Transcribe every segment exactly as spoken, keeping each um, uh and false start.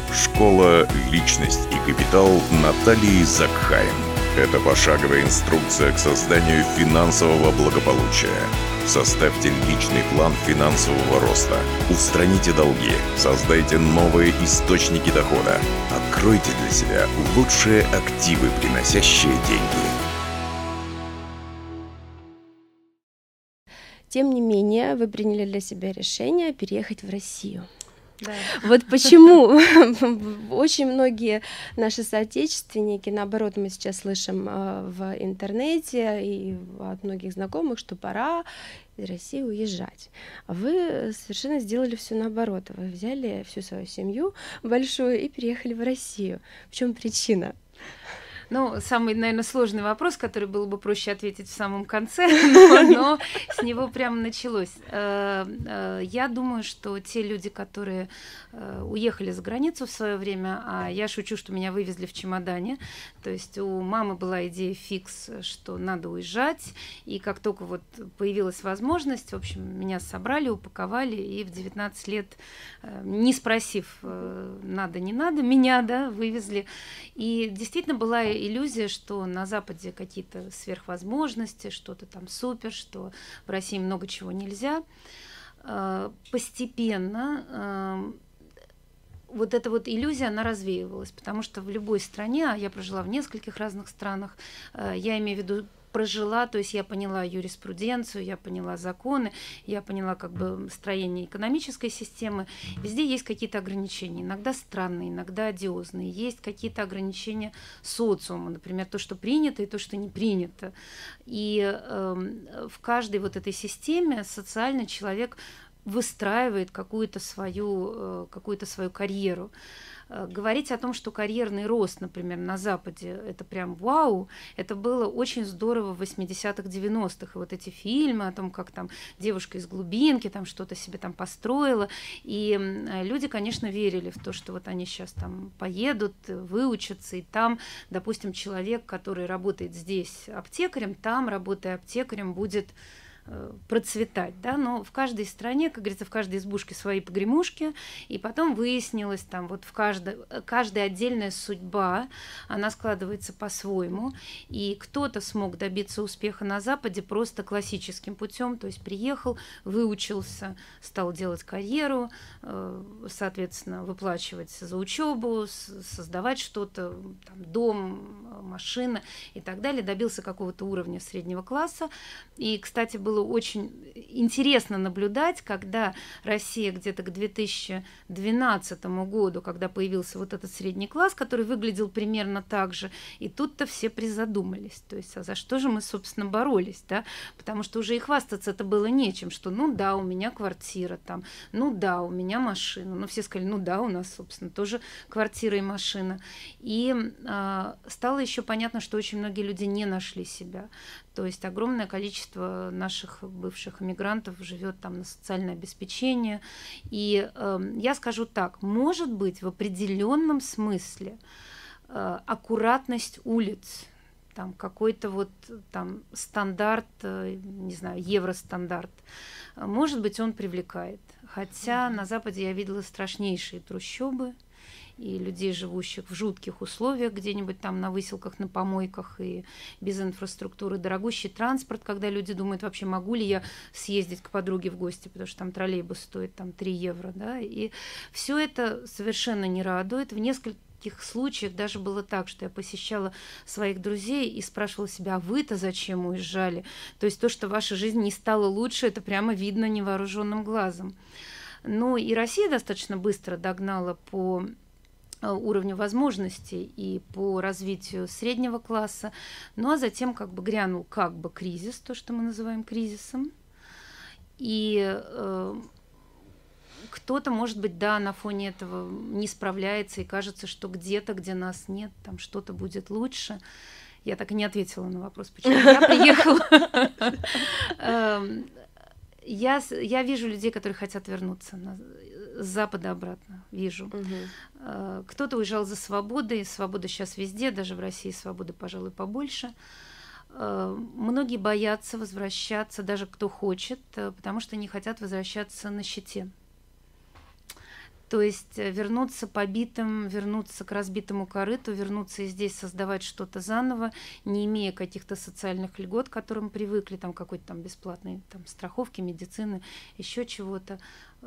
Школа «Личность и капитал» Натальи Закхайм. Это пошаговая инструкция к созданию финансового благополучия. Составьте личный план финансового роста. Устраните долги. Создайте новые источники дохода. Откройте для себя лучшие активы, приносящие деньги. Тем не менее, вы приняли для себя решение переехать в Россию. Да. Вот почему очень многие наши соотечественники, наоборот, мы сейчас слышим в интернете и от многих знакомых, что пора из России уезжать. А вы совершенно сделали все наоборот. Вы взяли всю свою семью большую и переехали в Россию. В чем причина? Ну, самый, наверное, сложный вопрос, который было бы проще ответить в самом конце, но, но с него прямо началось. Я думаю, что те люди, которые уехали за границу в свое время, а я шучу, что меня вывезли в чемодане, то есть у мамы была идея фикс, что надо уезжать, и как только вот появилась возможность, в общем, меня собрали, упаковали, и в девятнадцать лет, не спросив, надо, не надо, меня, да, вывезли. И действительно была иллюзия, что на Западе какие-то сверхвозможности, что-то там супер, что в России много чего нельзя. Постепенно вот эта вот иллюзия, она развеивалась, потому что в любой стране, а я прожила в нескольких разных странах, я имею в виду прожила, то есть я поняла юриспруденцию, я поняла законы, я поняла как бы строение экономической системы. Везде есть какие-то ограничения, иногда странные, иногда одиозные. Есть какие-то ограничения социума, например, то, что принято и то, что не принято. И э, в каждой вот этой системе социальный человек выстраивает какую-то свою, э, какую-то свою карьеру. Говорить о том, что карьерный рост, например, на Западе, это прям вау, это было очень здорово в восьмидесятых, девяностых. И вот эти фильмы о том, как там девушка из глубинки там что-то себе там построила. И люди, конечно, верили в то, что вот они сейчас там поедут, выучатся, и там, допустим, человек, который работает здесь аптекарем, там, работая аптекарем, будет процветать, да, но в каждой стране, как говорится, в каждой избушке свои погремушки, и потом выяснилось, там вот в каждой, каждая отдельная судьба, она складывается по-своему, и кто-то смог добиться успеха на Западе просто классическим путем, то есть приехал, выучился, стал делать карьеру, соответственно, выплачивать за учебу, создавать что-то, там, дом, машина и так далее, добился какого-то уровня среднего класса, и, кстати, было очень интересно наблюдать, когда Россия где-то к две тысячи двенадцатому году, когда появился вот этот средний класс, который выглядел примерно так же, и тут-то все призадумались, то есть, а за что же мы, собственно, боролись, да, потому что уже и хвастаться это было нечем, что, ну да, у меня квартира там, ну да, у меня машина, ну все сказали, ну да, у нас, собственно, тоже квартира и машина, и э, стало еще понятно, что очень многие люди не нашли себя, то есть огромное количество наших бывших иммигрантов живет там на социальное обеспечение. И э, я скажу так, может быть, в определенном смысле э, аккуратность улиц, там какой-то вот там стандарт, э, не знаю, евростандарт, может быть, он привлекает. Хотя на Западе я видела страшнейшие трущобы, и людей, живущих в жутких условиях, где-нибудь там на выселках, на помойках, и без инфраструктуры, дорогущий транспорт, когда люди думают, вообще могу ли я съездить к подруге в гости, потому что там троллейбус стоит там три евро, да, и все это совершенно не радует. В нескольких случаях даже было так, что я посещала своих друзей и спрашивала себя, а вы-то зачем уезжали? То есть то, что ваша жизнь не стала лучше, это прямо видно невооруженным глазом. Ну и Россия достаточно быстро догнала по уровню возможностей и по развитию среднего класса. Ну а затем как бы грянул как бы кризис, то, что мы называем кризисом. И э, кто-то, может быть, да, на фоне этого не справляется и кажется, что где-то, где нас нет, там что-то будет лучше. Я так и не ответила на вопрос, почему я приехала. Я, я вижу людей, которые хотят вернуться на, с Запада обратно, вижу. Угу. Кто-то уезжал за свободой, свобода сейчас везде, даже в России свободы, пожалуй, побольше. Многие боятся возвращаться, даже кто хочет, потому что не хотят возвращаться на щите. То есть вернуться побитым, вернуться к разбитому корыту, вернуться и здесь создавать что-то заново, не имея каких-то социальных льгот, к которым привыкли, там какой-то там бесплатной там, страховки, медицины, еще чего-то,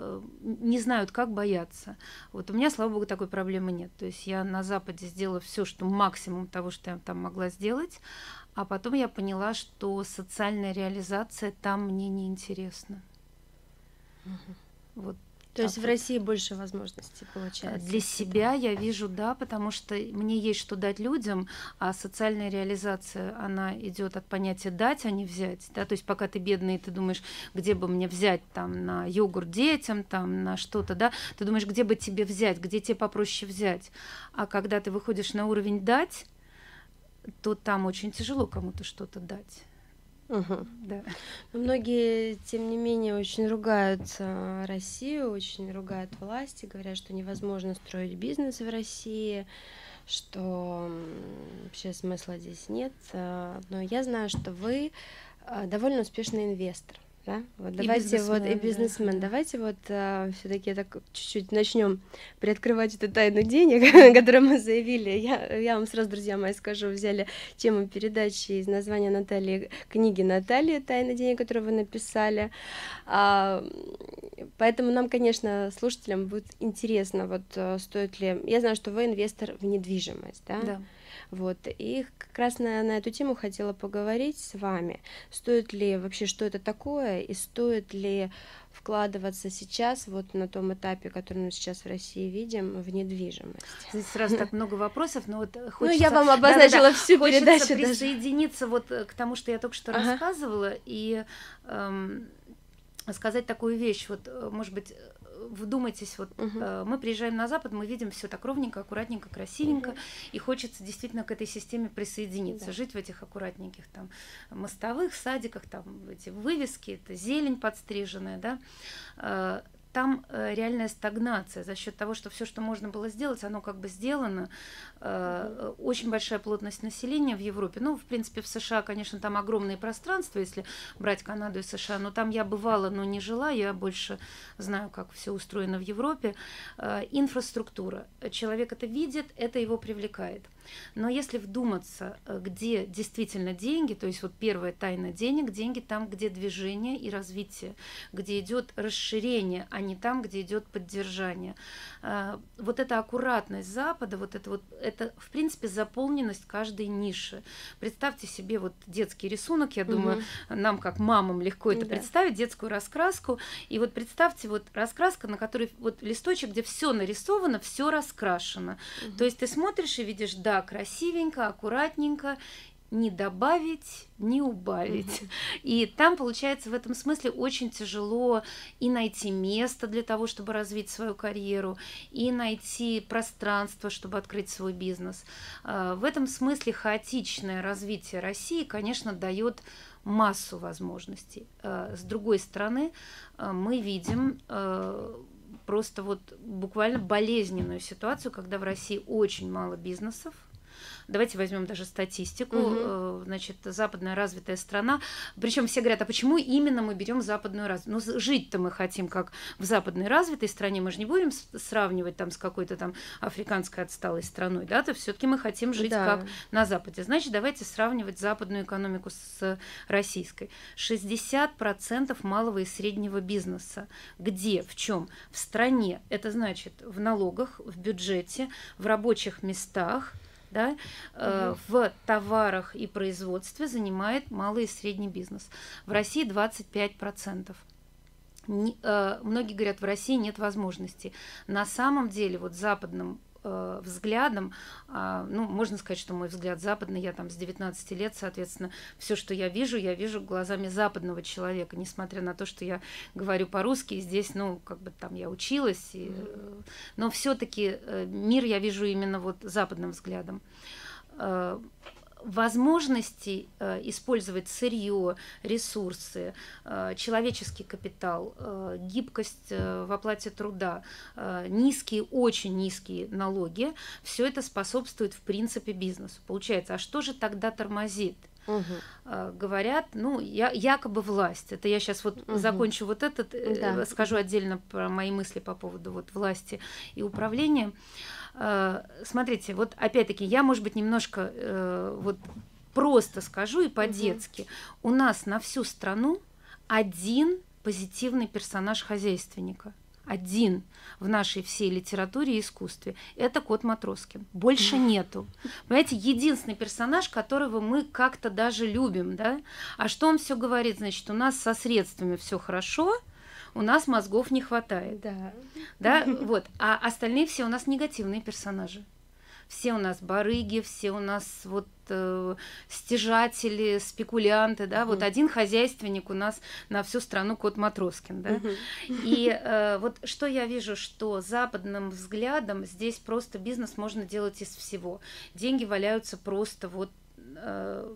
не знают, как, бояться. Вот у меня, слава богу, такой проблемы нет. То есть я на Западе сделала все, что максимум того, что я там могла сделать, а потом я поняла, что социальная реализация там мне не интересна. Угу. Вот. То есть в России больше возможностей получается? Для себя я вижу, да, потому что мне есть что дать людям, а социальная реализация, она идет от понятия дать, а не взять. Да? То есть пока ты бедный, ты думаешь, где бы мне взять там, на йогурт детям, там, на что-то, да, ты думаешь, где бы тебе взять, где тебе попроще взять. А когда ты выходишь на уровень дать, то там очень тяжело кому-то что-то дать. Угу. Да. Многие, тем не менее, очень ругают Россию, очень ругают власти, говорят, что невозможно строить бизнес в России, что вообще смысла здесь нет. Но я знаю, что вы довольно успешный инвестор. Да? Вот давайте вот и бизнесмен, да. Давайте вот а, все-таки так чуть-чуть начнем приоткрывать эту тайну денег, которую мы заявили. Я, я вам сразу, друзья мои, скажу, взяли тему передачи из названия Натальи, книги Натальи «Тайна денег», которую вы написали. А, поэтому нам, конечно, слушателям будет интересно, вот стоит ли. Я знаю, что вы инвестор в недвижимость, да? Да. Вот, и как раз на, на эту тему хотела поговорить с вами. Стоит ли вообще, что это такое, и стоит ли вкладываться сейчас, вот на том этапе, который мы сейчас в России видим, в недвижимость? Здесь сразу так много вопросов, но вот хочется... Ну, я вам обозначила да, да, всю хочется передачу. Хочется присоединиться вот к тому, что я только что ага. рассказывала, и эм, сказать такую вещь, вот, может быть, вдумайтесь, вот uh-huh. э, мы приезжаем на Запад, мы видим все так ровненько, аккуратненько, красивенько, uh-huh. и хочется действительно к этой системе присоединиться, да. жить в этих аккуратненьких там мостовых, садиках, там эти вывески, это зелень подстриженная, да. Э, там э, реальная стагнация за счет того, что все, что можно было сделать, оно как бы сделано. Э, очень большая плотность населения в Европе. Ну, в принципе, в США, конечно, там огромные пространства, если брать Канаду и США, но там я бывала, но не жила, я больше знаю, как все устроено в Европе. Э, инфраструктура. Человек это видит, это его привлекает. Но если вдуматься, где действительно деньги, то есть вот первая тайна денег, деньги там, где движение и развитие, где идет расширение, а не там, где идет поддержание. Вот эта аккуратность Запада, вот это вот, это в принципе заполненность каждой ниши. Представьте себе вот детский рисунок, я думаю, угу. нам как мамам легко это да. представить, детскую раскраску, и вот представьте вот раскраска, на которой вот листочек, где все нарисовано, все раскрашено. Угу. То есть ты смотришь и видишь, да, красивенько, аккуратненько, не добавить, не убавить. Mm-hmm. И там, получается, в этом смысле очень тяжело и найти место для того, чтобы развить свою карьеру, и найти пространство, чтобы открыть свой бизнес. В этом смысле хаотичное развитие России, конечно, дает массу возможностей. С другой стороны, мы видим просто вот буквально болезненную ситуацию, когда в России очень мало бизнесов. Давайте возьмем даже статистику. Угу. Значит, западная развитая страна. Причем все говорят, а почему именно мы берем западную развитую? Ну, жить-то мы хотим как в западной развитой стране. Мы же не будем сравнивать там с какой-то там африканской отсталой страной. Да? То все-таки мы хотим жить да. как на Западе. Значит, давайте сравнивать западную экономику с российской. шестьдесят процентов малого и среднего бизнеса. Где? В чем? В стране. Это значит в налогах, в бюджете, в рабочих местах. Да, э, угу. в товарах и производстве занимает малый и средний бизнес. В России двадцать пять процентов. Не, э, многие говорят, в России нет возможностей. На самом деле, вот западным э, взглядом, э, ну, можно сказать, что мой взгляд западный, я там с девятнадцати лет, соответственно, все, что я вижу, я вижу глазами западного человека, несмотря на то, что я говорю по-русски, и здесь, ну, как бы там я училась, и, э, но все-таки э, мир я вижу именно вот западным взглядом. Э, возможностей э, использовать сырье, ресурсы, э, человеческий капитал, э, гибкость э, в оплате труда, э, низкие, очень низкие налоги, все это способствует в принципе бизнесу. Получается, а что же тогда тормозит? Угу. э, говорят, ну, я, якобы власть. Это я сейчас вот Угу. закончу вот этот, э, Да. скажу отдельно про мои мысли по поводу вот власти и управления. Э, смотрите, вот опять-таки я, может быть, немножко э, вот просто скажу и по-детски. Угу. У нас на всю страну один позитивный персонаж хозяйственника. Один в нашей всей литературе и искусстве. Это кот Матроскин. Больше нету. Понимаете, единственный персонаж, которого мы как-то даже любим, да? А что он все говорит? Значит, у нас со средствами все хорошо, у нас мозгов не хватает. Да. Да? Вот. А остальные все у нас негативные персонажи. Все у нас барыги, все у нас вот э, стяжатели, спекулянты, да, uh-huh. вот один хозяйственник у нас на всю страну кот Матроскин, да. Uh-huh. И э, вот что я вижу, что западным взглядом здесь просто бизнес можно делать из всего. Деньги валяются просто вот э,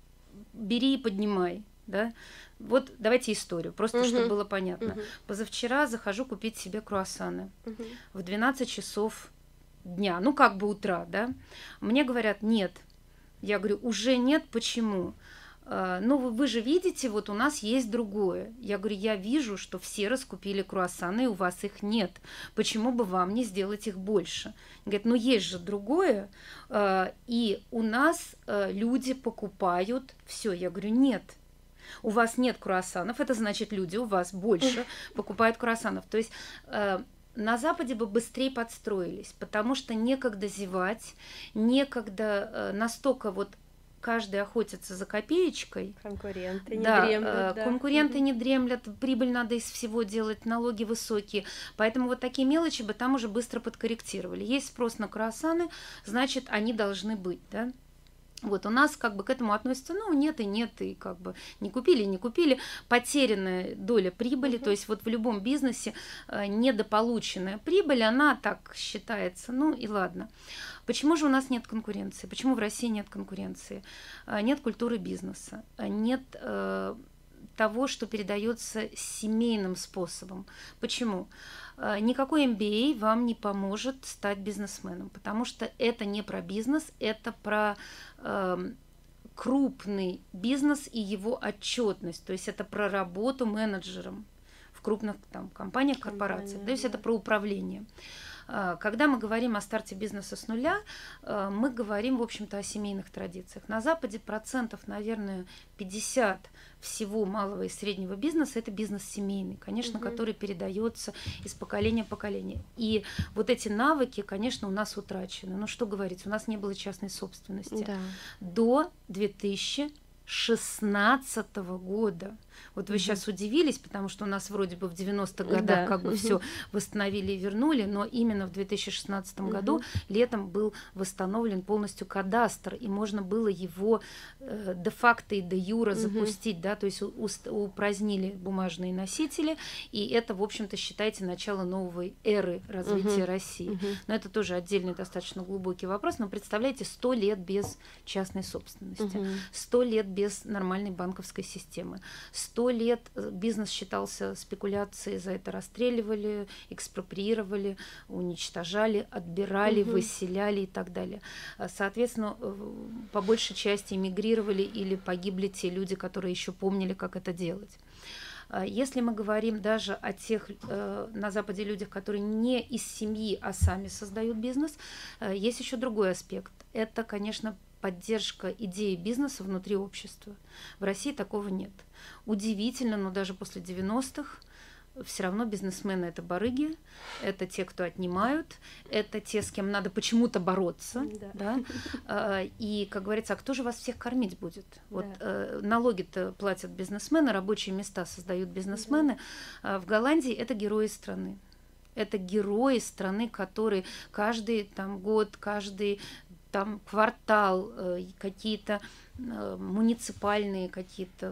бери и поднимай, да. Вот давайте историю, просто uh-huh. чтобы было понятно. Uh-huh. Позавчера захожу купить себе круассаны uh-huh. в двенадцать часов дня, ну как бы утра, да, мне говорят, нет, я говорю, уже нет, почему? Ну вы, вы же видите, вот у нас есть другое. Я говорю, я вижу, что все раскупили круассаны, и у вас их нет, почему бы вам не сделать их больше? Говорят, ну есть же другое, и у нас люди покупают все. Я говорю, нет. У вас нет круассанов, это значит, люди у вас больше покупают круассанов. То есть на Западе бы быстрее подстроились, потому что некогда зевать, некогда э, настолько вот каждый охотится за копеечкой. Конкуренты да, не дремлют. Э, да. Конкуренты mm-hmm. не дремлят, прибыль надо из всего делать, налоги высокие. Поэтому вот такие мелочи бы там уже быстро подкорректировали. Есть спрос на круассаны, значит, они должны быть, да. Вот у нас как бы к этому относятся, ну, нет и нет, и как бы не купили, не купили. Потерянная доля прибыли, uh-huh. то есть вот в любом бизнесе э, недополученная прибыль, она так считается, ну и ладно. Почему же у нас нет конкуренции? Почему в России нет конкуренции? Э, нет культуры бизнеса, нет э, того, что передается семейным способом. Почему? Никакой эм би эй вам не поможет стать бизнесменом, потому что это не про бизнес, это про э, крупный бизнес и его отчетность, то есть это про работу менеджером в крупных там, компаниях, корпорациях, то есть это про управление. Когда мы говорим о старте бизнеса с нуля, мы говорим, в общем-то, о семейных традициях. На Западе процентов, наверное, пятьдесят всего малого и среднего бизнеса – это бизнес семейный, конечно, угу. который передается из поколения в поколение. И вот эти навыки, конечно, у нас утрачены. Ну, что говорить, у нас не было частной собственности. Да. До две тысячи шестнадцатого года. Вот вы угу. сейчас удивились, потому что у нас вроде бы в девяностых годах да. как бы угу. все восстановили и вернули, но именно в две тысячи шестнадцатом угу. году летом был восстановлен полностью кадастр, и можно было его э, де-факто и де-юра угу. запустить, да, то есть у, у, упразднили бумажные носители, и это, в общем-то, считайте, начало новой эры развития угу. России. Угу. Но это тоже отдельный достаточно глубокий вопрос, но представляете, сто лет без частной собственности, сто угу. лет без нормальной банковской системы, сто лет бизнес считался спекуляцией, за это расстреливали, экспроприировали, уничтожали, отбирали, угу. выселяли и так далее. Соответственно, по большей части эмигрировали или погибли те люди, которые еще помнили, как это делать. Если мы говорим даже о тех э, на Западе людях, которые не из семьи, а сами создают бизнес, э, есть еще другой аспект. Это, конечно, поддержка идеи бизнеса внутри общества. В России такого нет. Удивительно, но даже после девяностых все равно бизнесмены – это барыги, это те, кто отнимают, это те, с кем надо почему-то бороться. Да. Да? И, как говорится, а кто же вас всех кормить будет? Вот, да. Налоги-то платят бизнесмены, рабочие места создают бизнесмены. Да. В Голландии это герои страны. Это герои страны, которые каждый там, год, каждый там, квартал, какие-то муниципальные какие-то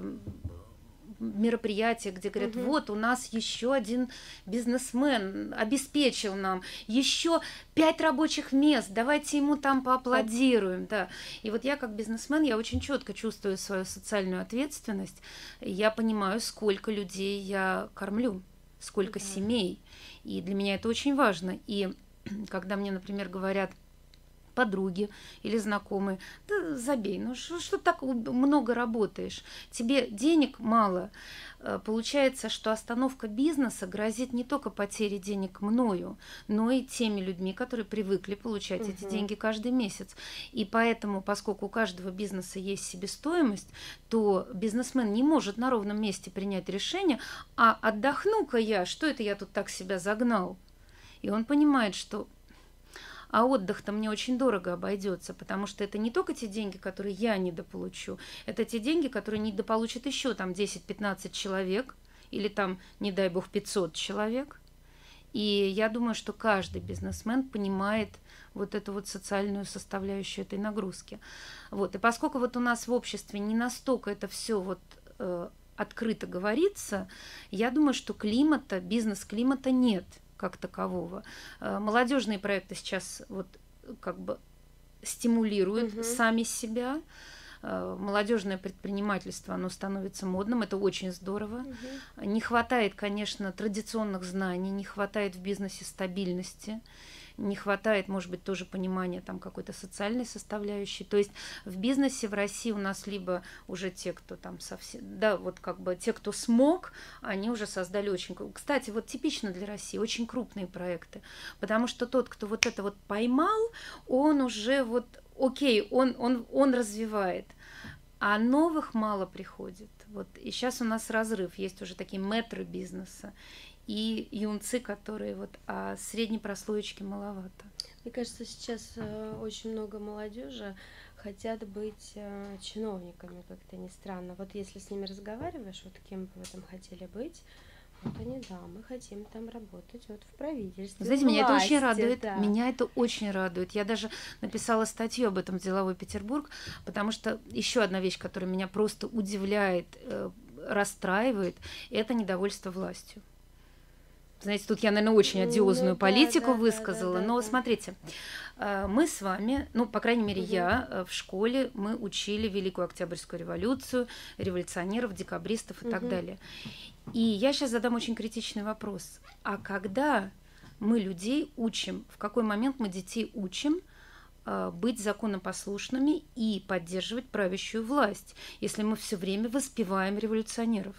мероприятия, где говорят, угу. вот у нас еще один бизнесмен обеспечил нам еще пять рабочих мест, давайте ему там поаплодируем. Да. И вот я как бизнесмен, я очень четко чувствую свою социальную ответственность, я понимаю, сколько людей я кормлю, сколько да. семей, и для меня это очень важно. И когда мне, например, говорят, подруги или знакомые. Да забей, ну что, что так много работаешь? Тебе денег мало. Получается, что остановка бизнеса грозит не только потерей денег мною, но и теми людьми, которые привыкли получать угу. эти деньги каждый месяц. И поэтому, поскольку у каждого бизнеса есть себестоимость, то бизнесмен не может на ровном месте принять решение, а отдохну-ка я, что это я тут так себя загнал? И он понимает, что а отдых-то мне очень дорого обойдется, потому что это не только те деньги, которые я недополучу, это те деньги, которые недополучат еще там десять-пятнадцать человек или там, не дай бог, пятьсот человек. И я думаю, что каждый бизнесмен понимает вот эту вот социальную составляющую этой нагрузки. Вот. И поскольку вот у нас в обществе не настолько это все вот э, открыто говорится, я думаю, что климата, бизнес-климата нет как такового. Молодежные проекты сейчас вот как бы стимулируют угу. сами себя. Молодежное предпринимательство, оно становится модным, это очень здорово. Угу. Не хватает, конечно, традиционных знаний, не хватает в бизнесе стабильности, не хватает, может быть, тоже понимания там какой-то социальной составляющей. То есть в бизнесе в России у нас либо уже те, кто там совсем, да, вот как бы те, кто смог, они уже создали очень, кстати, вот типично для России, очень крупные проекты, потому что тот, кто вот это вот поймал, он уже вот, окей, он, он, он развивает, а новых мало приходит. Вот. И сейчас у нас разрыв, есть уже такие мэтры бизнеса, и юнцы, которые вот, а средней прослоечки маловато. Мне кажется, сейчас э, очень много молодежи хотят быть э, чиновниками, как-то ни странно. Вот если с ними разговариваешь, вот кем бы вы в этом хотели быть, вот они, да, мы хотим там работать, вот в правительстве. Знаете, власти, меня это очень радует, да. меня это очень радует. Я даже написала статью об этом в «Деловой Петербург», потому что еще одна вещь, которая меня просто удивляет, э, расстраивает, это недовольство властью. Знаете, тут я, наверное, очень одиозную ну, политику да, да, высказала, да, да, но да. смотрите, мы с вами, ну, по крайней мере, угу. я в школе, мы учили Великую Октябрьскую революцию, революционеров, декабристов и угу. так далее. И я сейчас задам очень критичный вопрос. А когда мы людей учим, в какой момент мы детей учим быть законопослушными и поддерживать правящую власть, если мы все время воспеваем революционеров?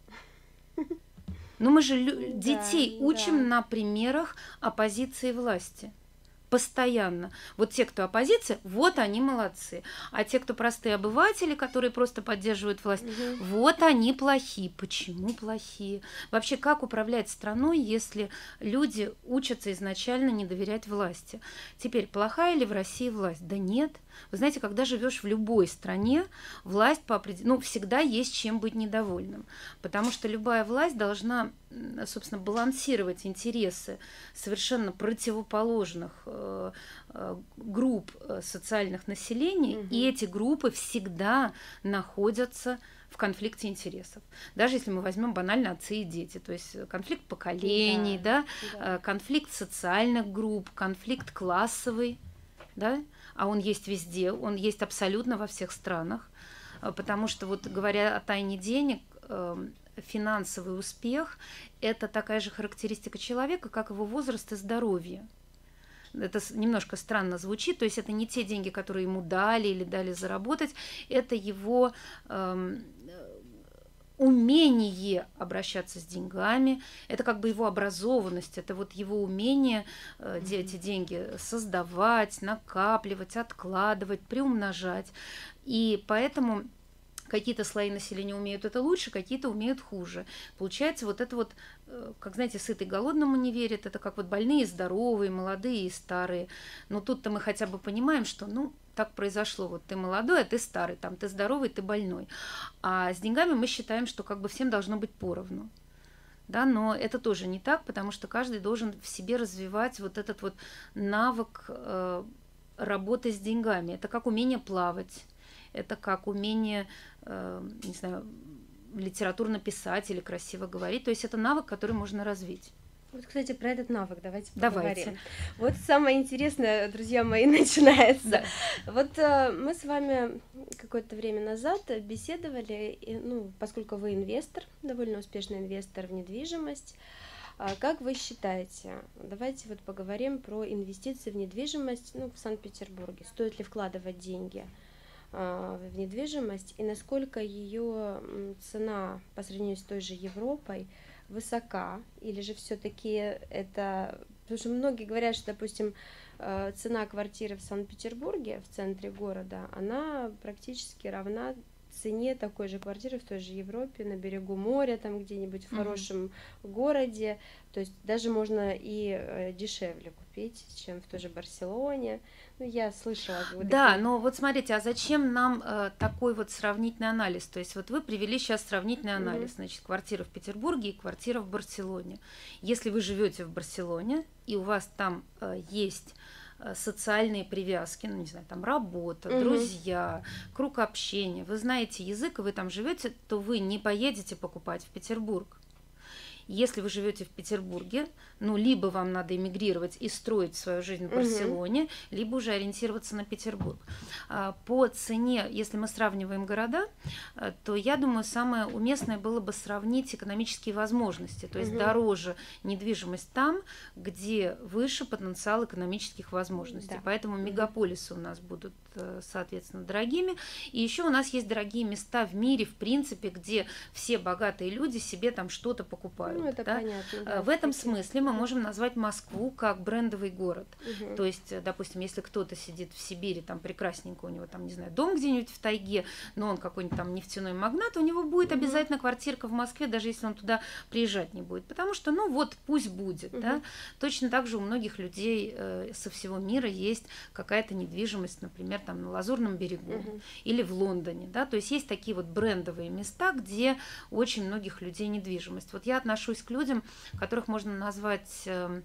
Но мы же лю- детей да, учим да. на примерах оппозиции власти. Постоянно. Вот те, кто оппозиция, вот они молодцы. А те, кто простые обыватели, которые просто поддерживают власть, угу. вот они плохие. Почему плохие? Вообще, как управлять страной, если люди учатся изначально не доверять власти? Теперь, плохая ли в России власть? Да нет. Вы знаете, когда живешь в любой стране, власть по определению, ну, всегда есть чем быть недовольным. Потому что любая власть должна, собственно, балансировать интересы совершенно противоположных э, э, групп социальных населений, угу. и эти группы всегда находятся в конфликте интересов. Даже если мы возьмем банально отцы и дети, то есть конфликт поколений, да, да, да. конфликт социальных групп, конфликт классовый, да, а он есть везде, он есть абсолютно во всех странах, потому что, вот говоря о тайне денег, финансовый успех – это такая же характеристика человека, как его возраст и здоровье. Это немножко странно звучит, то есть это не те деньги, которые ему дали или дали заработать, это его эм, умение обращаться с деньгами, это как бы его образованность, это вот его умение э, mm-hmm. эти деньги создавать, накапливать, откладывать, приумножать. И поэтому какие-то слои населения умеют это лучше, какие-то умеют хуже. Получается, вот это вот, как, знаете, сытый голодному не верит, это как вот больные и здоровые, молодые и старые. Но тут-то мы хотя бы понимаем, что, ну, так произошло. Вот ты молодой, а ты старый, там, ты здоровый, ты больной. А с деньгами мы считаем, что как бы всем должно быть поровну. Да, но это тоже не так, потому что каждый должен в себе развивать вот этот вот навык э, работы с деньгами. Это как умение плавать. Это как умение, э, не знаю, литературно писать или красиво говорить. То есть это навык, который можно развить. Вот, кстати, про этот навык давайте поговорим. Давайте. Вот самое интересное, друзья мои, начинается. Да. Вот э, мы с вами какое-то время назад беседовали, и, ну, поскольку вы инвестор, довольно успешный инвестор в недвижимость, А как вы считаете, давайте вот поговорим про инвестиции в недвижимость, ну, в Санкт-Петербурге. Стоит ли вкладывать деньги а, в недвижимость и насколько ее цена по сравнению с той же Европой высока, или же все-таки это... Потому что многие говорят, что, допустим, цена квартиры в Санкт-Петербурге, в центре города, она практически равна цене такой же квартиры в той же Европе, на берегу моря, там где-нибудь в mm-hmm. хорошем городе. То есть даже можно и дешевле купить, чем в той же Барселоне. Ну, я слышала. Вот да, такие... но вот смотрите, а зачем нам э, такой вот сравнительный анализ? То есть вот вы привели сейчас сравнительный анализ, mm-hmm. значит, квартира в Петербурге и квартира в Барселоне. Если вы живете в Барселоне, и у вас там э, есть социальные привязки, ну, не знаю, там работа, угу. друзья, круг общения, вы знаете язык, и вы там живете, то вы не поедете покупать в Петербург. Если вы живете в Петербурге, ну, либо вам надо эмигрировать и строить свою жизнь в Барселоне, угу. либо уже ориентироваться на Петербург. По цене, если мы сравниваем города, то я думаю, самое уместное было бы сравнить экономические возможности, то есть угу. дороже недвижимость там, где выше потенциал экономических возможностей. Да. Поэтому мегаполисы у нас будут, соответственно, дорогими. И еще у нас есть дорогие места в мире, в принципе, где все богатые люди себе там что-то покупают. Ну, это да? понятно, да, в этом такие. смысле мы можем назвать Москву как брендовый город. Угу. То есть, допустим, если кто-то сидит в Сибири, там прекрасненько у него, там, не знаю, дом где-нибудь в тайге, но он какой-нибудь там нефтяной магнат, у него будет угу. обязательно квартирка в Москве, даже если он туда приезжать не будет. Потому что, ну вот, пусть будет. Угу. Да? Точно так же у многих людей э, со всего мира есть какая-то недвижимость, например, там на Лазурном берегу угу. или в Лондоне. Да? То есть есть такие вот брендовые места, где очень многих людей недвижимость. Вот я отношусь к людям, которых можно назвать э,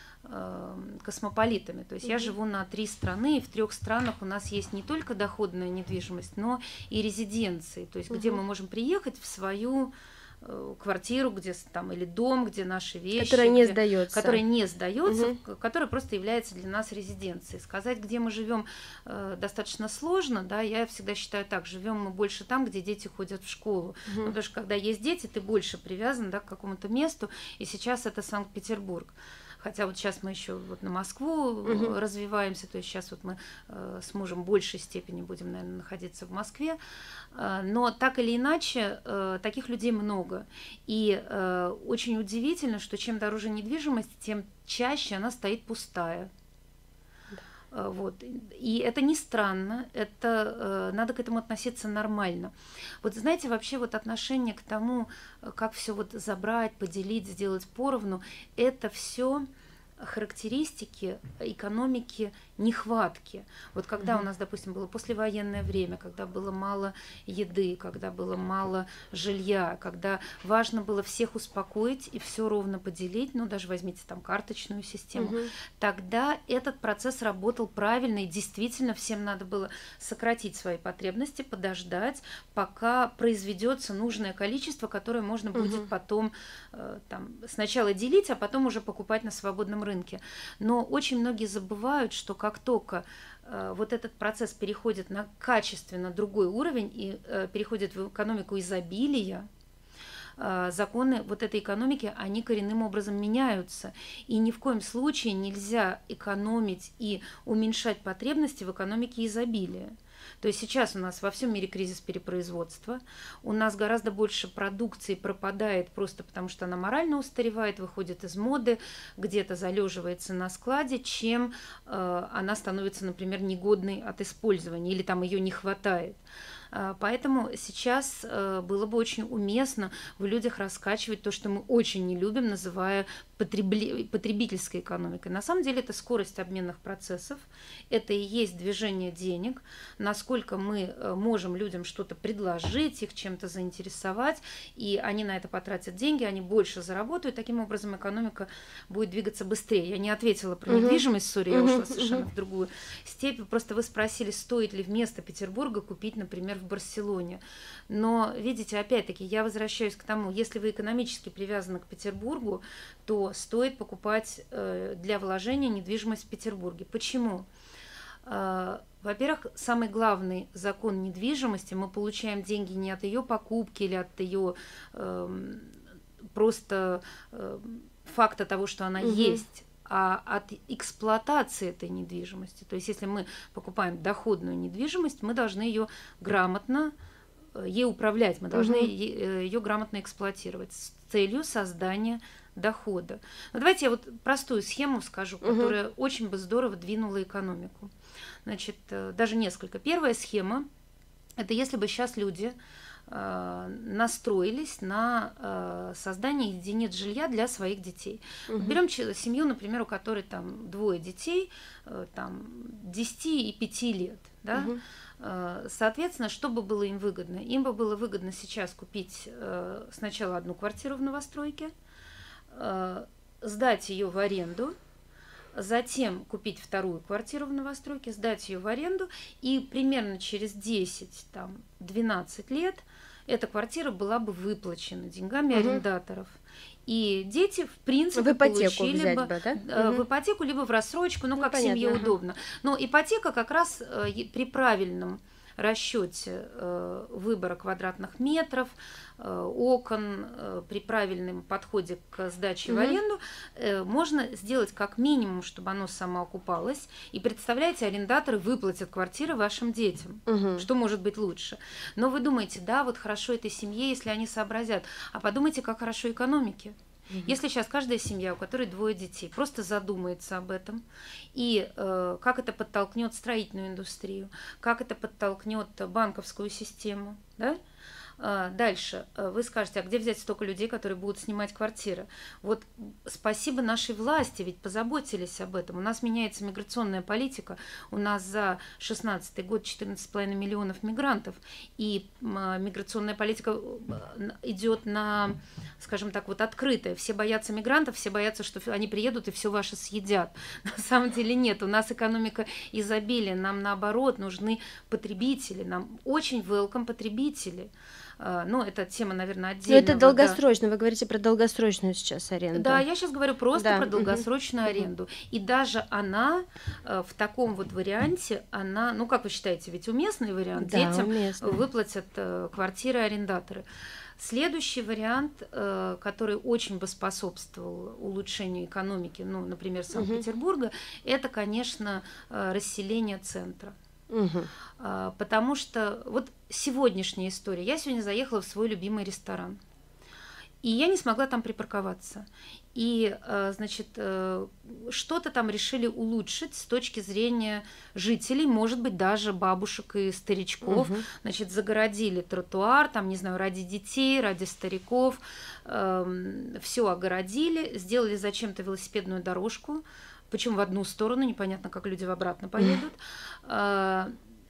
э, космополитами. То есть mm-hmm. я живу на три страны, и в трех странах у нас есть не только доходная недвижимость, но и резиденции, то есть mm-hmm. где мы можем приехать в свою квартиру, где там, или дом, где наши вещи, которая не где, сдается, которая не сдается, угу. которая просто является для нас резиденцией. Сказать, где мы живем, э, достаточно сложно, да, я всегда считаю так, живем мы больше там, где дети ходят в школу, угу. ну, потому что когда есть дети, ты больше привязан, да, к какому-то месту, и сейчас это Санкт-Петербург. Хотя вот сейчас мы еще вот на Москву угу. развиваемся, то есть сейчас вот мы э, с мужем в большей степени будем, наверное, находиться в Москве. Э, но так или иначе, э, таких людей много. И э, очень удивительно, что чем дороже недвижимость, тем чаще она стоит пустая. Да. Э, вот. И это не странно, это, э, надо к этому относиться нормально. Вот знаете, вообще вот отношение к тому, как все вот забрать, поделить, сделать поровну, это все характеристики экономики нехватки. Вот когда mm-hmm. у нас, допустим, было послевоенное время, когда было мало еды, когда было мало жилья, когда важно было всех успокоить и все ровно поделить, ну даже возьмите там карточную систему, mm-hmm. тогда этот процесс работал правильно, и действительно всем надо было сократить свои потребности, подождать, пока произведется нужное количество, которое можно mm-hmm. будет потом э, там, сначала делить, а потом уже покупать на свободном рынке. Но очень многие забывают, что как только э, вот этот процесс переходит на качественно другой уровень и э, переходит в экономику изобилия, э, законы вот этой экономики, они коренным образом меняются. И ни в коем случае нельзя экономить и уменьшать потребности в экономике изобилия. То есть сейчас у нас во всем мире кризис перепроизводства, у нас гораздо больше продукции пропадает просто потому, что она морально устаревает, выходит из моды, где-то залеживается на складе, чем э, она становится, например, негодной от использования или там ее не хватает. Поэтому сейчас было бы очень уместно в людях раскачивать то, что мы очень не любим, называя потребительской экономикой. На самом деле это скорость обменных процессов, это и есть движение денег, насколько мы можем людям что-то предложить, их чем-то заинтересовать, и они на это потратят деньги, они больше заработают, таким образом экономика будет двигаться быстрее. Я не ответила про недвижимость, сори, я ушла совершенно в другую степь. Просто вы спросили, стоит ли вместо Петербурга купить, например, в Барселоне. Но, видите, опять-таки, я возвращаюсь к тому, если вы экономически привязаны к Петербургу, то стоит покупать э, для вложения недвижимость в Петербурге. Почему? Э, во-первых, самый главный закон недвижимости, мы получаем деньги не от ее покупки или от ее э, просто э, факта того, что она Мгм. есть, а от эксплуатации этой недвижимости. То есть если мы покупаем доходную недвижимость, мы должны ее грамотно э, ей управлять, мы должны Мгм. ее грамотно эксплуатировать с целью создания дохода. Ну, давайте я вот простую схему скажу, Мгм. которая очень бы здорово двинула экономику. Значит, э, даже несколько. Первая схема – это если бы сейчас люди э, настроились на э, создание единиц жилья для своих детей. Мгм. Берем семью, например, у которой там двое детей, э, там десяти и пяти лет, да? Мгм. Э, Соответственно, что бы было им выгодно? Им бы было выгодно сейчас купить э, сначала одну квартиру в новостройке, э, сдать ее в аренду, затем купить вторую квартиру в новостройке, сдать ее в аренду, и примерно через десять-двенадцать лет эта квартира была бы выплачена деньгами Мгм. арендаторов. И дети, в принципе, В ипотеку получили взять бы бы, да? э, в Мгм. ипотеку, либо в рассрочку, ну, Ну, как семье понятно, ага. удобно. Но ипотека как раз э, е- при правильном расчете э, выбора квадратных метров, э, окон, э, при правильном подходе к сдаче в Мгм. аренду, э, можно сделать как минимум, чтобы оно самоокупалось. И представляете, арендаторы выплатят квартиры вашим детям. Мгм. Что может быть лучше? Но вы думаете, да, вот хорошо этой семье, если они сообразят. А подумайте, как хорошо экономике. Мгм. Если сейчас каждая семья, у которой двое детей, просто задумается об этом, и э, как это подтолкнет строительную индустрию, как это подтолкнет банковскую систему, да? А, Дальше э, вы скажете, а где взять столько людей, которые будут снимать квартиры? Вот спасибо нашей власти, ведь позаботились об этом. У нас меняется миграционная политика, у нас за шестнадцатый год четырнадцать с половиной миллионов мигрантов, и м, миграционная политика э, идет на, скажем так, вот открытая. Все боятся мигрантов, все боятся, что они приедут и все ваше съедят. На самом деле нет, у нас экономика изобилия, нам наоборот нужны потребители, нам очень welcome потребители. А, Ну, это тема, наверное, Но отдельная. это долгосрочно, вы говорите про долгосрочную сейчас аренду. Да, я сейчас говорю просто Да, про мгм. долгосрочную Мгм. аренду. И даже она э, в таком вот варианте, она, ну, как вы считаете, ведь уместный вариант? Да, Детям уместно. выплатят э, квартиры арендаторы. Следующий вариант, э, который очень бы способствовал улучшению экономики, ну, например, Санкт-Петербурга, это, конечно, э, расселение центра. Мгм. А, Потому что вот сегодняшняя история. Я сегодня заехала в свой любимый ресторан, и я не смогла там припарковаться. И, э, значит, э, что-то там решили улучшить с точки зрения жителей, может быть, даже бабушек и старичков. Мгм. Значит, загородили тротуар, там, не знаю, ради детей, ради стариков. Все огородили, сделали зачем-то велосипедную дорожку, причем в одну сторону, непонятно, как люди в обратно поедут. Э,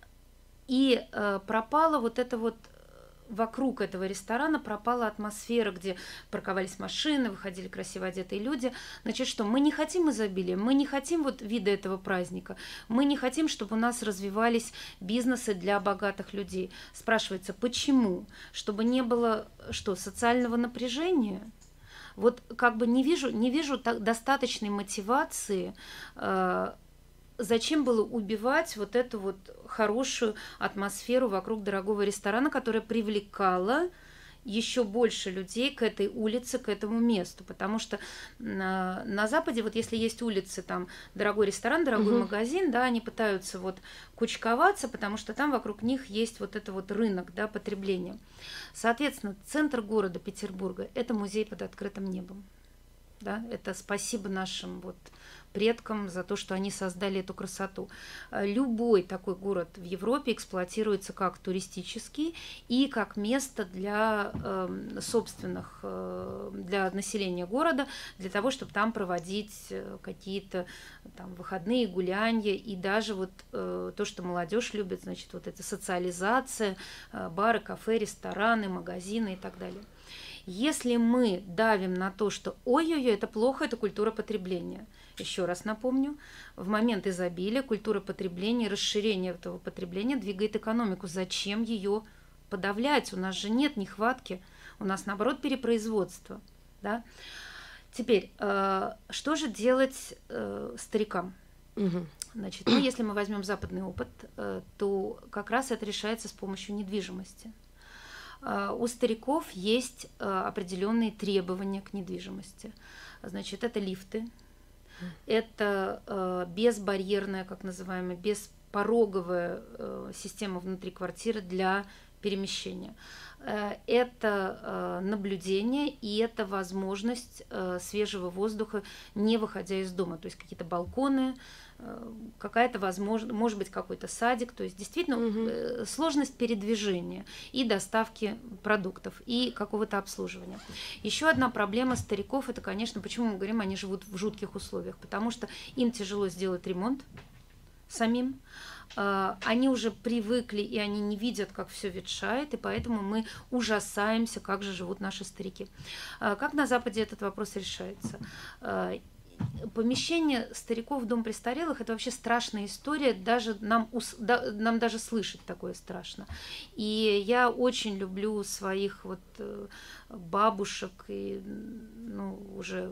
И э, пропала вот это вот вокруг этого ресторана пропала атмосфера, где парковались машины, выходили красиво одетые люди. Значит, что мы не хотим изобилия, мы не хотим вот вида этого праздника, мы не хотим, чтобы у нас развивались бизнесы для богатых людей. Спрашивается, почему? Чтобы не было что, социального напряжения? Вот как бы не вижу, не вижу так, достаточной мотивации. Э, Зачем было убивать вот эту вот хорошую атмосферу вокруг дорогого ресторана, которая привлекала еще больше людей к этой улице, к этому месту? Потому что на, на Западе, вот если есть улицы, там дорогой ресторан, дорогой Мгм. магазин, да, они пытаются вот кучковаться, потому что там вокруг них есть вот это вот рынок, да, потребления. Соответственно, центр города Петербурга – это музей под открытым небом. Да? Это спасибо нашим вот предкам за то, что они создали эту красоту. Любой такой город в Европе эксплуатируется как туристический и как место для э, собственных, э, для населения города, для того, чтобы там проводить какие-то там выходные гулянья, и даже вот э, то, что молодежь любит, значит, вот эта социализация, э, бары, кафе, рестораны, магазины и так далее. Если мы давим на то, что ой-ой-ой, это плохо, это культура потребления. Еще раз напомню, в момент изобилия культура потребления, расширение этого потребления двигает экономику. Зачем ее подавлять? У нас же нет нехватки, у нас наоборот перепроизводство. Да? Теперь, э, что же делать э, старикам? Мгм. Значит, ну, если мы возьмем западный опыт, э, то как раз это решается с помощью недвижимости. У стариков есть определенные требования к недвижимости. Значит, это лифты, это безбарьерная, как называемая, беспороговая система внутри квартиры для перемещения. Это наблюдение и это возможность свежего воздуха, не выходя из дома, то есть какие-то балконы, какая-то возможность, может быть, какой-то садик, то есть действительно угу. сложность передвижения и доставки продуктов и какого-то обслуживания. Еще одна проблема стариков, это, конечно, почему мы говорим, они живут в жутких условиях, потому что им тяжело сделать ремонт самим, они уже привыкли, и они не видят, как все ветшает, и поэтому мы ужасаемся, как же живут наши старики. Как на Западе этот вопрос решается? Помещение стариков в дом престарелых – это вообще страшная история, даже нам, да, нам даже слышать такое страшно. И я очень люблю своих вот бабушек, и, ну, уже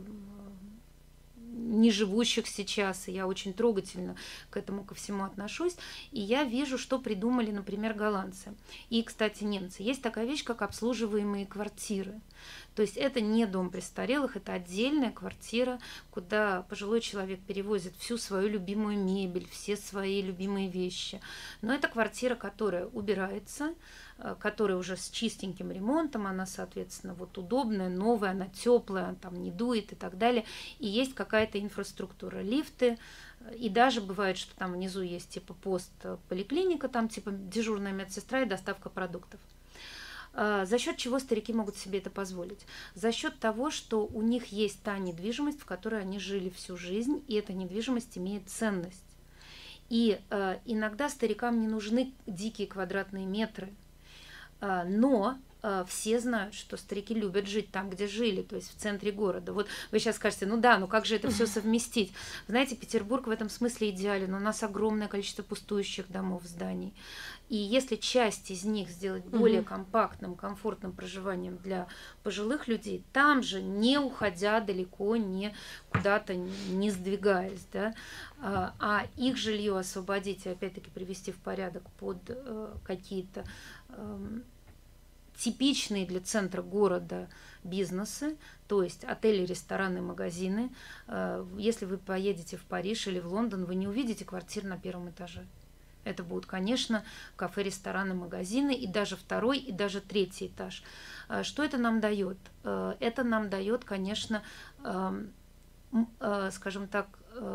не живущих сейчас, и я очень трогательно к этому ко всему отношусь, и я вижу, что придумали, например, голландцы и, кстати, немцы. Есть такая вещь, как обслуживаемые квартиры. То есть это не дом престарелых, это отдельная квартира, куда пожилой человек перевозит всю свою любимую мебель, все свои любимые вещи. Но это квартира, которая убирается, которая уже с чистеньким ремонтом, она, соответственно, вот удобная, новая, она теплая, там не дует и так далее. И есть какая-то инфраструктура, лифты, и даже бывает, что там внизу есть типа пост поликлиника, там типа дежурная медсестра и доставка продуктов. За счет чего старики могут себе это позволить? За счет того, что у них есть та недвижимость, в которой они жили всю жизнь, и эта недвижимость имеет ценность. И э, иногда старикам не нужны дикие квадратные метры, э, но э, все знают, что старики любят жить там, где жили, то есть в центре города. Вот вы сейчас скажете, ну да, ну как же это все совместить? Знаете, Петербург в этом смысле идеален, у нас огромное количество пустующих домов, зданий. И если часть из них сделать более угу. компактным, комфортным проживанием для пожилых людей, там же, не уходя далеко, не куда-то не сдвигаясь, да, а, а их жилье освободить и опять-таки привести в порядок под э, какие-то э, типичные для центра города бизнесы, то есть отели, рестораны, магазины. Э, если вы поедете в Париж или в Лондон, вы не увидите квартир на первом этаже. Это будут, конечно, кафе, рестораны, магазины, и даже второй, и даже третий этаж. Что это нам дает? Это нам дает, конечно, скажем так,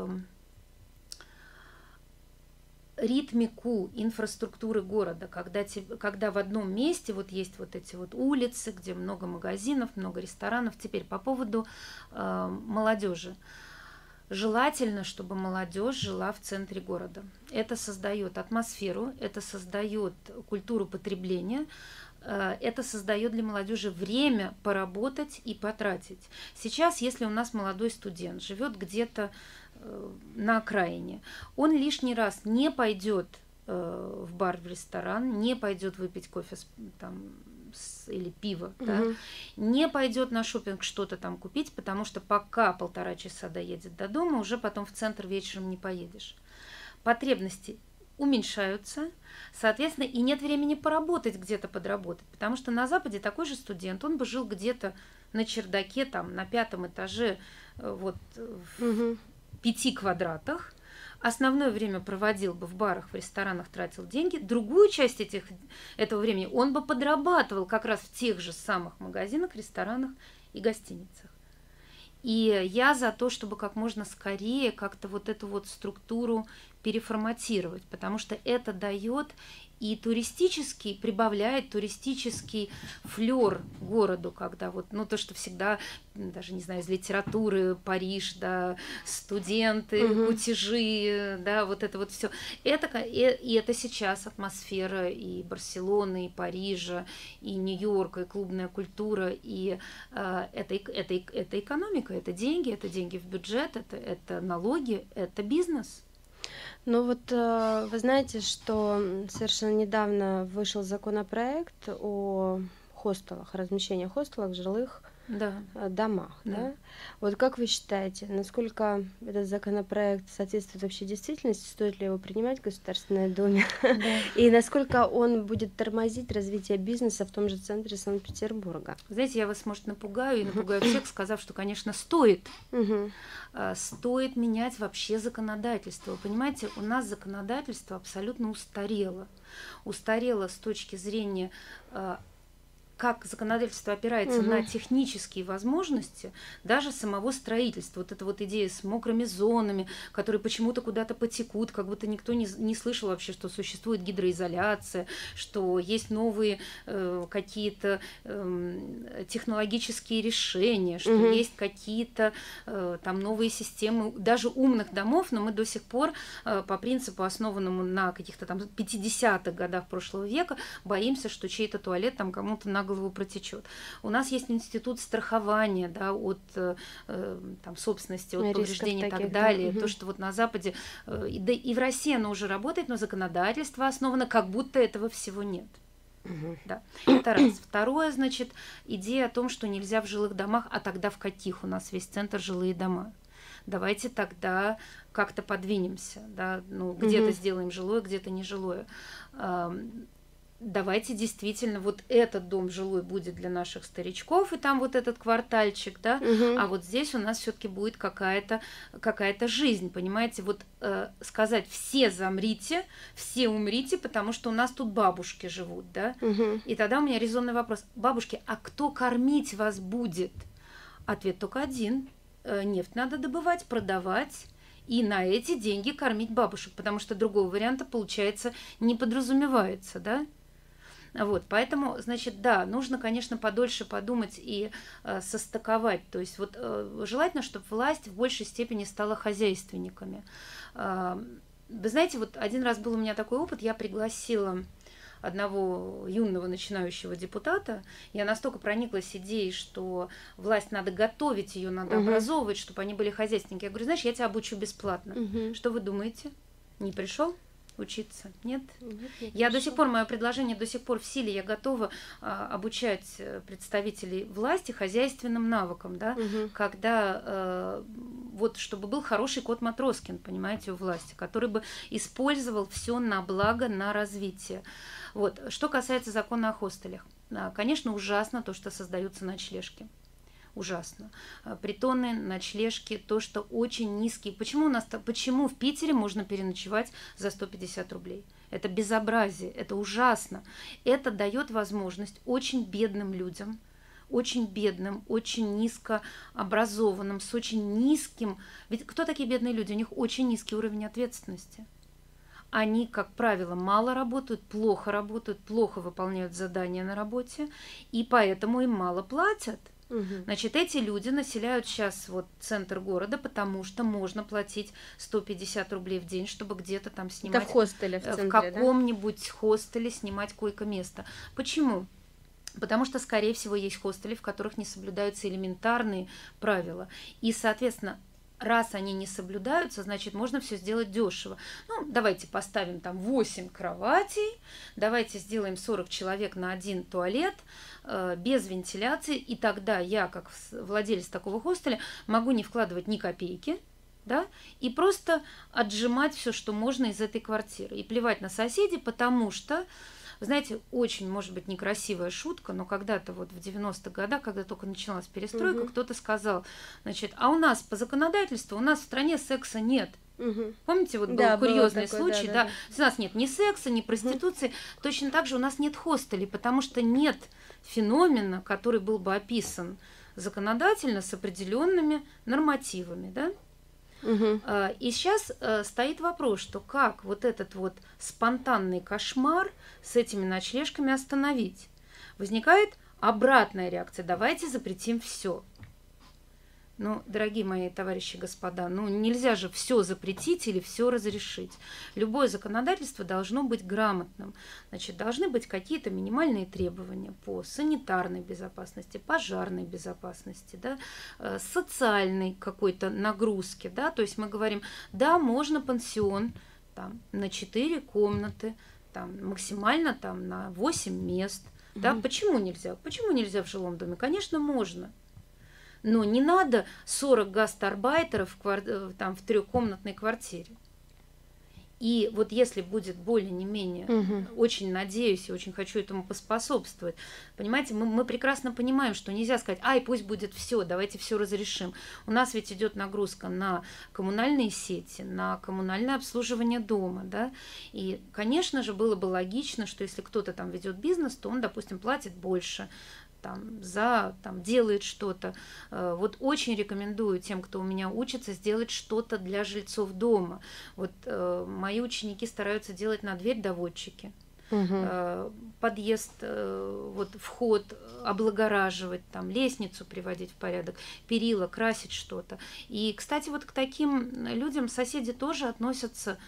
ритмику инфраструктуры города, когда, когда в одном месте вот есть вот эти вот улицы, где много магазинов, много ресторанов. Теперь по поводу молодежи. Желательно, чтобы молодежь жила в центре города. Это создает атмосферу, это создает культуру потребления, это создает для молодежи время поработать и потратить. Сейчас, если у нас молодой студент живет где-то на окраине, он лишний раз не пойдет в бар, в ресторан, не пойдет выпить кофе там, или пиво, угу. да, не пойдет на шопинг что-то там купить, потому что пока полтора часа доедет до дома, уже потом в центр вечером не поедешь. Потребности уменьшаются, соответственно, и нет времени поработать где-то, подработать, потому что на Западе такой же студент, он бы жил где-то на чердаке, там, на пятом этаже, вот, в угу. пяти квадратах, основное время проводил бы в барах, в ресторанах, тратил деньги, другую часть этих, этого времени он бы подрабатывал как раз в тех же самых магазинах, ресторанах и гостиницах. И я за то, чтобы как можно скорее как-то вот эту вот структуру переформатировать, потому что это дает и туристический, прибавляет туристический флёр городу, когда вот, ну, то, что всегда, даже, не знаю, из литературы, Париж, да, студенты, угу. кутежи, да, вот это вот все. Это, и, и это сейчас атмосфера и Барселоны, и Парижа, и Нью-Йорка, и клубная культура, и э, это, это, это экономика, это деньги, это деньги в бюджет, это, это налоги, это бизнес. Ну вот вы знаете, что совершенно недавно вышел законопроект о хостелах, размещении хостелах, жилых да. домах. Да. Да? Вот как вы считаете, насколько этот законопроект соответствует вообще действительности, стоит ли его принимать в Государственной Думе, Да. и насколько он будет тормозить развитие бизнеса в том же центре Санкт-Петербурга? Знаете, я вас, может, напугаю и напугаю всех, сказав, что, конечно, стоит. Мгм. А, Стоит менять вообще законодательство. Вы понимаете, у нас законодательство абсолютно устарело. Устарело с точки зрения, а, как законодательство опирается Мгм. на технические возможности даже самого строительства. Вот эта вот идея с мокрыми зонами, которые почему-то куда-то потекут, как будто никто не, не слышал вообще, что существует гидроизоляция, что есть новые э, какие-то э, технологические решения, что Мгм. есть какие-то э, там новые системы, даже умных домов, но мы до сих пор э, по принципу, основанному на каких-то там пятидесятых годах прошлого века, боимся, что чей-то туалет там кому-то на голову протечет. У нас есть институт страхования, да, от э, там, собственности, от Рисков повреждений и так таких, да. далее. Мгм. То, что вот на Западе, э, и, да и в России оно уже работает, но законодательство основано, как будто этого всего нет. Мгм. Да. Это раз. Второе, значит, идея о том, что нельзя в жилых домах, а тогда в каких у нас весь центр жилые дома? Давайте тогда как-то подвинемся, да, ну, где-то Мгм. сделаем жилое, где-то нежилое. Ам, Давайте действительно вот этот дом жилой будет для наших старичков, и там вот этот квартальчик, да, Мгм. а вот здесь у нас все-таки будет какая-то какая-то жизнь, понимаете? Вот э, сказать все замрите, все умрите, потому что у нас тут бабушки живут, да? Мгм. И тогда у меня резонный вопрос: бабушки, а кто кормить вас будет? Ответ только один: Э, нефть надо добывать, продавать. И на эти деньги кормить бабушек, потому что другого варианта, получается, не подразумевается, да? Вот, поэтому, значит, да, нужно, конечно, подольше подумать и э, состыковать. То есть вот э, желательно, чтобы власть в большей степени стала хозяйственниками. Э, вы знаете, вот один раз был у меня такой опыт, я пригласила одного юного начинающего депутата. Я настолько прониклась идеей, что власть надо готовить, ее надо Мгм. образовывать, чтобы они были хозяйственники. Я говорю: знаешь, я тебя обучу бесплатно. Мгм. Что вы думаете? Не пришел учиться? Нет? Нет, не Я до пришёл. сих пор, мое предложение до сих пор в силе, я готова а, обучать э, представителей власти хозяйственным навыкам, да, Мгм. когда э, вот чтобы был хороший кот Матроскин, понимаете, у власти, который бы использовал все на благо, на развитие. Вот. Что касается закона о хостелях, а, конечно, ужасно то, что создаются ночлежки. Ужасно. А, Притоны, ночлежки, то, что очень низкие. Почему у нас, та- почему в Питере можно переночевать за сто пятьдесят рублей? Это безобразие, это ужасно. Это дает возможность очень бедным людям, очень бедным, очень низкообразованным, с очень низким... Ведь кто такие бедные люди? У них очень низкий уровень ответственности. Они, как правило, мало работают, плохо работают, плохо выполняют задания на работе, и поэтому им мало платят. Мгм. Значит, эти люди населяют сейчас вот центр города, потому что можно платить сто пятьдесят рублей в день, чтобы где-то там Это снимать в хостеле в э, центре, в да? каком-нибудь хостеле снимать койко-место. Почему? Потому что, скорее всего, есть хостели, в которых не соблюдаются элементарные правила. И, соответственно, раз они не соблюдаются, значит, можно все сделать дешево. Ну, давайте поставим там восемь кроватей, давайте сделаем сорок человек на один туалет, э, без вентиляции, и тогда я, как с- владелец такого хостеля, могу не вкладывать ни копейки, да, и просто отжимать все, что можно из этой квартиры, и плевать на соседей, потому что, вы знаете, очень, может быть, некрасивая шутка, но когда-то вот в девяностых годах, когда только началась перестройка, Мгм. кто-то сказал, значит, а у нас по законодательству, у нас в стране секса нет. Мгм. Помните, вот был Да, было курьезный такое, случай, да, да, да, у нас нет ни секса, ни проституции, точно так же у нас нет хостелей, потому что нет феномена, который был бы описан законодательно с определенными нормативами, да. Мгм. А, И сейчас э, стоит вопрос, что как вот этот вот спонтанный кошмар с этими ночлежками остановить. Возникает обратная реакция: давайте запретим все. Ну, дорогие мои товарищи, господа, ну нельзя же все запретить или все разрешить. Любое законодательство должно быть грамотным. Значит, должны быть какие-то минимальные требования по санитарной безопасности, пожарной безопасности, да, э, социальной какой-то нагрузке, да. То есть мы говорим, да, можно пансион там на четыре комнаты, там максимально там на восемь мест. Да, Мгм. почему нельзя? Почему нельзя в жилом доме? Конечно, можно. Но не надо сорок гастарбайтеров в, квар- там, в трехкомнатной квартире. И вот если будет более не менее, угу. очень надеюсь и очень хочу этому поспособствовать, понимаете, мы, мы прекрасно понимаем, что нельзя сказать, ай, пусть будет все, давайте все разрешим. У нас ведь идет нагрузка на коммунальные сети, на коммунальное обслуживание дома, да, и, конечно же, было бы логично, что если кто-то там ведет бизнес, то он, допустим, платит больше, там, за, там, делает что-то. Вот очень рекомендую тем, кто у меня учится, сделать что-то для жильцов дома. Вот э, мои ученики стараются делать на дверь доводчики. Угу. Э, подъезд, э, вот, вход облагораживать, там, лестницу приводить в порядок, перила, красить что-то. И, кстати, вот к таким людям соседи тоже относятся,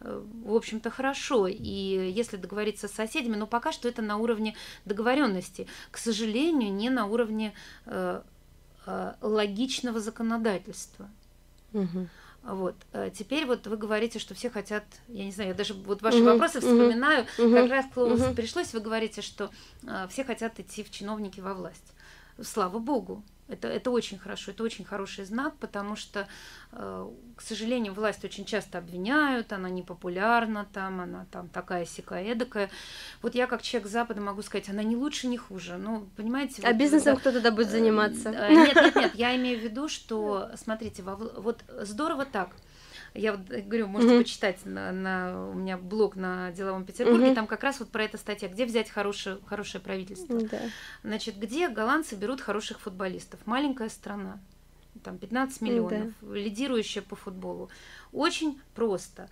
в общем-то, хорошо. И если договориться с соседями, но пока что это на уровне договоренности. К сожалению, не на уровне э, э, логичного законодательства. Угу. Вот. Теперь вот вы говорите, что все хотят, я не знаю, я даже вот ваши угу, вопросы вспоминаю, угу, как раз к слову угу. пришлось, вы говорите, что э, все хотят идти в чиновники во власть. Слава Богу. Это, это очень хорошо, это очень хороший знак, потому что, э, к сожалению, власть очень часто обвиняют, она непопулярна, там, она там такая-сякая, эдакая. Вот я как человек Запада могу сказать, она не лучше, не хуже. Ну, понимаете... А вот, бизнесом да, кто тогда будет заниматься? Э, нет, нет, нет, я имею в виду, что, смотрите, во, вот здорово так. Я вот говорю, можете uh-huh. почитать, на, на, у меня блог на Деловом Петербурге, uh-huh. там как раз вот про эта статья, где взять хорошее, хорошее правительство. Uh-huh. Значит, где голландцы берут хороших футболистов? Маленькая страна, там пятнадцать миллионов, uh-huh. лидирующая по футболу. Очень просто.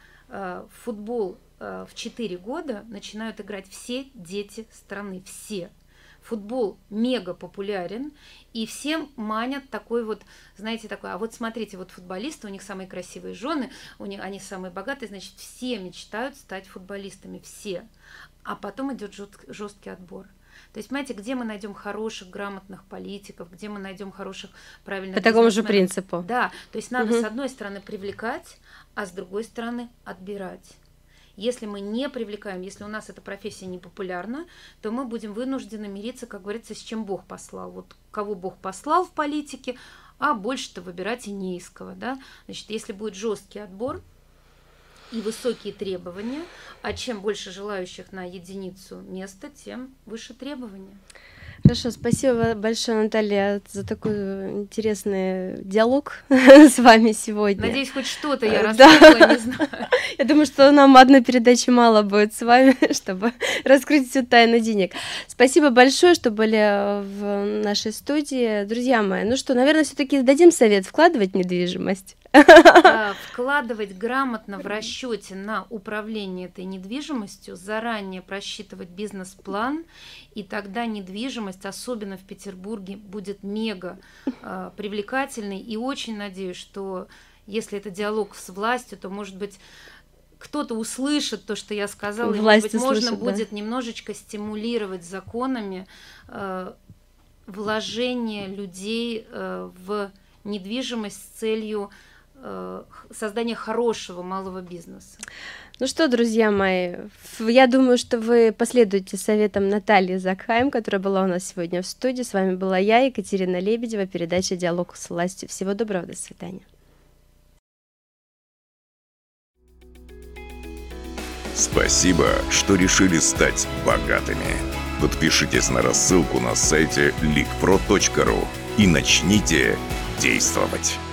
Футбол в четыре года начинают играть все дети страны, все. Футбол мега популярен, и всем манят такой вот, знаете, такой, а вот смотрите, вот футболисты, у них самые красивые жены, у них, они самые богатые, значит, все мечтают стать футболистами, все. А потом идет жесткий отбор. То есть, понимаете, где мы найдем хороших, грамотных политиков, где мы найдем хороших, правильных... По такому же принципу. Да, то есть надо угу. с одной стороны привлекать, а с другой стороны отбирать. Если мы не привлекаем, если у нас эта профессия не популярна, то мы будем вынуждены мириться, как говорится, с чем Бог послал. Вот кого Бог послал в политике, а больше-то выбирать и не из кого. Да? Значит, если будет жесткий отбор и высокие требования, а чем больше желающих на единицу места, тем выше требования. Хорошо, спасибо большое, Наталья, за такой интересный диалог с вами сегодня. Надеюсь, хоть что-то я раскрыла, да. Не знаю. Я думаю, что нам одной передачи мало будет с вами, чтобы раскрыть всю тайну денег. Спасибо большое, что были в нашей студии. Друзья мои, ну что, наверное, все-таки дадим совет вкладывать в недвижимость. Вкладывать грамотно в расчете на управление этой недвижимостью, заранее просчитывать бизнес-план, и тогда недвижимость, особенно в Петербурге, будет мега э, привлекательной. И очень надеюсь, что если это диалог с властью, то, может быть, кто-то услышит то, что я сказала, Власть и, может быть, услышит, можно да. будет немножечко стимулировать законами э, вложение людей э, в недвижимость с целью создания хорошего малого бизнеса. Ну что, друзья мои, я думаю, что вы последуете советам Натальи Закхайм, которая была у нас сегодня в студии. С вами была я, Екатерина Лебедева, передача «Диалог с властью». Всего доброго, до свидания. Спасибо, что решили стать богатыми. Подпишитесь на рассылку на сайте ликпро точка ру и начните действовать.